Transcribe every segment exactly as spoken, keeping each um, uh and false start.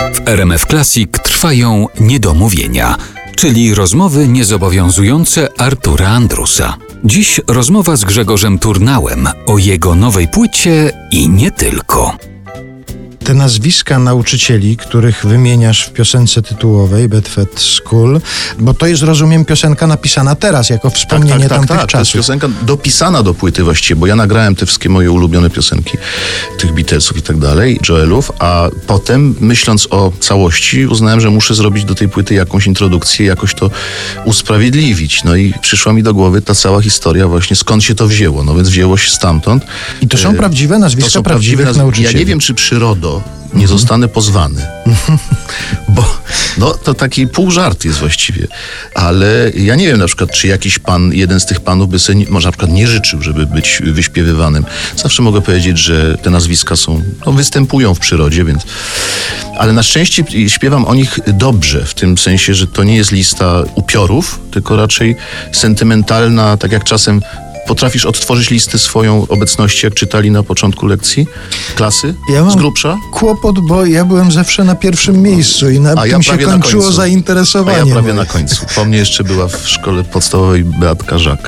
W R M F Classic trwają niedomówienia, czyli rozmowy niezobowiązujące Artura Andrusa. Dziś rozmowa z Grzegorzem Turnałem o jego nowej płycie i nie tylko. Te nazwiska nauczycieli, których wymieniasz w piosence tytułowej Bedford School, bo to jest, rozumiem, piosenka napisana teraz, jako wspomnienie tak, tak, tamtych tak, tak. czasów. To jest piosenka dopisana do płyty właściwie, bo ja nagrałem te wszystkie moje ulubione piosenki, tych Beatlesów i tak dalej, Joelów, a potem, myśląc o całości, uznałem, że muszę zrobić do tej płyty jakąś introdukcję, jakoś to usprawiedliwić. No i przyszła mi do głowy ta cała historia właśnie, skąd się to wzięło. No więc wzięło się stamtąd. I to są prawdziwe nazwiska to są prawdziwych prawdziwe nauczycieli. Ja nie wiem, czy przyrodo nie zostanę pozwany. Bo no, to taki pół żart jest właściwie. Ale ja nie wiem na przykład, czy jakiś pan, jeden z tych panów by sobie, może na przykład nie życzył, żeby być wyśpiewywanym. Zawsze mogę powiedzieć, że te nazwiska są, no, występują w przyrodzie, więc... Ale na szczęście śpiewam o nich dobrze, w tym sensie, że to nie jest lista upiorów, tylko raczej sentymentalna, tak jak czasem potrafisz odtworzyć listę swoją obecności, jak czytali na początku lekcji klasy? Ja mam z grubsza? kłopot, bo ja byłem zawsze na pierwszym miejscu i na A tym ja się kończyło zainteresowanie. A ja prawie moje. na końcu. Po mnie jeszcze była w szkole podstawowej Beatka Żak.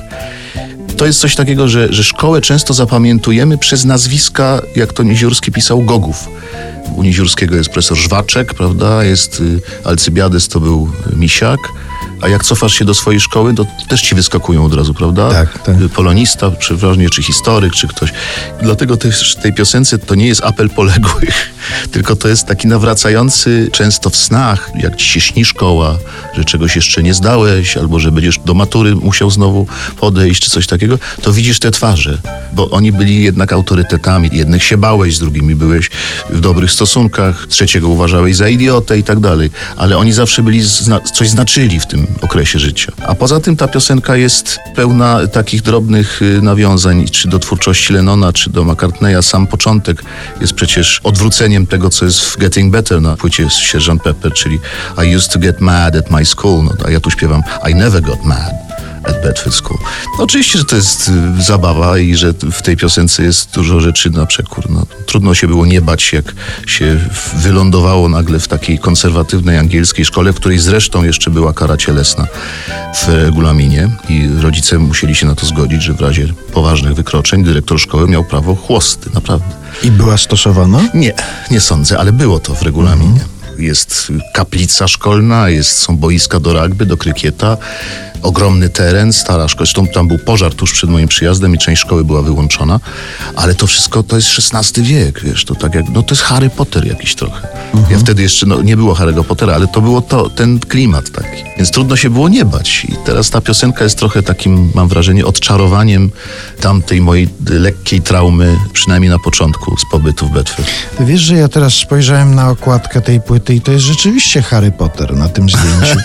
To jest coś takiego, że, że szkołę często zapamiętujemy przez nazwiska, jak to Niziurski pisał, Gogów. U Niziurskiego jest profesor Żwaczek, prawda? Jest y, Alcybiades, to był Misiak. A jak cofasz się do swojej szkoły, to też ci wyskakują od razu, prawda? Tak, tak. Polonista, przeważnie, czy historyk, czy ktoś. Dlatego też tej piosence to nie jest apel poległych, tylko to jest taki nawracający często w snach, jak ci się śni szkoła, że czegoś jeszcze nie zdałeś, albo że będziesz do matury musiał znowu podejść, czy coś takiego, to widzisz te twarze, bo oni byli jednak autorytetami. Jednych się bałeś, z drugimi byłeś w dobrych stosunkach, trzeciego uważałeś za idiotę i tak dalej, ale oni zawsze byli, zna- coś znaczyli w tym okresie życia. A poza tym ta piosenka jest pełna takich drobnych y, nawiązań, czy do twórczości Lennona, czy do McCartneya. Sam początek jest przecież odwróceniem tego, co jest w Getting Better na płycie Sierżant Pepper, czyli I used to get mad at my school, no, a ja tu śpiewam I never got mad at Bedford School. No, oczywiście, że to jest y, zabawa i że w tej piosence jest dużo rzeczy na przekór. No, trudno się było nie bać, jak się wylądowało nagle w takiej konserwatywnej angielskiej szkole, w której zresztą jeszcze była kara cielesna w regulaminie i rodzice musieli się na to zgodzić, że w razie poważnych wykroczeń dyrektor szkoły miał prawo chłosty, naprawdę. I była stosowana? Nie, nie sądzę, ale było to w regulaminie. Mhm. Jest kaplica szkolna, jest, są boiska do rugby, do krykieta, ogromny teren, stara szkoła. Zresztą tam był pożar tuż przed moim przyjazdem i część szkoły była wyłączona, ale to wszystko to jest szesnasty wiek, wiesz, to tak jak, no to jest Harry Potter jakiś trochę. Mhm. Ja wtedy jeszcze, no nie było Harry'ego Pottera, ale to było to, ten klimat taki. Więc trudno się było nie bać. I teraz ta piosenka jest trochę takim, mam wrażenie, odczarowaniem tamtej mojej lekkiej traumy, przynajmniej na początku, z pobytu w Bedford. Ty wiesz, że ja teraz spojrzałem na okładkę tej płyty i to jest rzeczywiście Harry Potter na tym zdjęciu.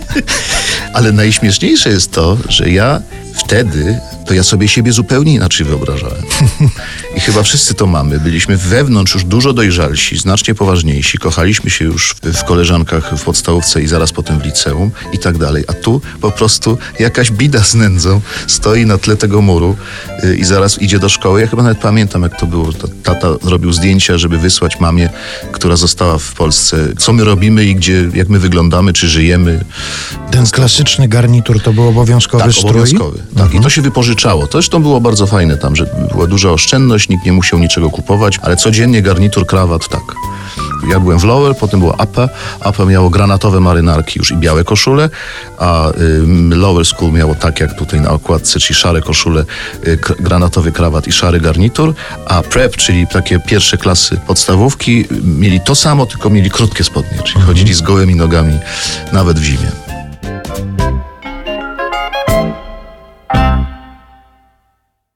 Ale najśmieszniejsze jest to, że ja wtedy, to ja sobie siebie zupełnie inaczej wyobrażałem. I chyba wszyscy to mamy. Byliśmy wewnątrz już dużo dojrzalsi, znacznie poważniejsi. Kochaliśmy się już w, w koleżankach w podstawówce i zaraz potem w liceum i tak dalej. A tu po prostu jakaś bida z nędzą stoi na tle tego muru yy, i zaraz idzie do szkoły. Ja chyba nawet pamiętam, jak to było. Tata robił zdjęcia, żeby wysłać mamie, która została w Polsce, co my robimy i gdzie, jak my wyglądamy, czy żyjemy. Ten klasyczny garnitur to był obowiązkowy tak, strój? Obowiązkowy. Tak, mhm. I to się wypożyczało. To zresztą było bardzo fajne tam, że była duża oszczędność, nikt nie musiał niczego kupować, ale codziennie garnitur, krawat, tak. Ja byłem w lower, potem była upper. Upper miało granatowe marynarki już i białe koszule, a y, lower school miało tak jak tutaj na okładce, czyli szare koszule, y, k- granatowy krawat i szary garnitur, a prep, czyli takie pierwsze klasy podstawówki, mieli to samo, tylko mieli krótkie spodnie, czyli chodzili z gołymi nogami nawet w zimie.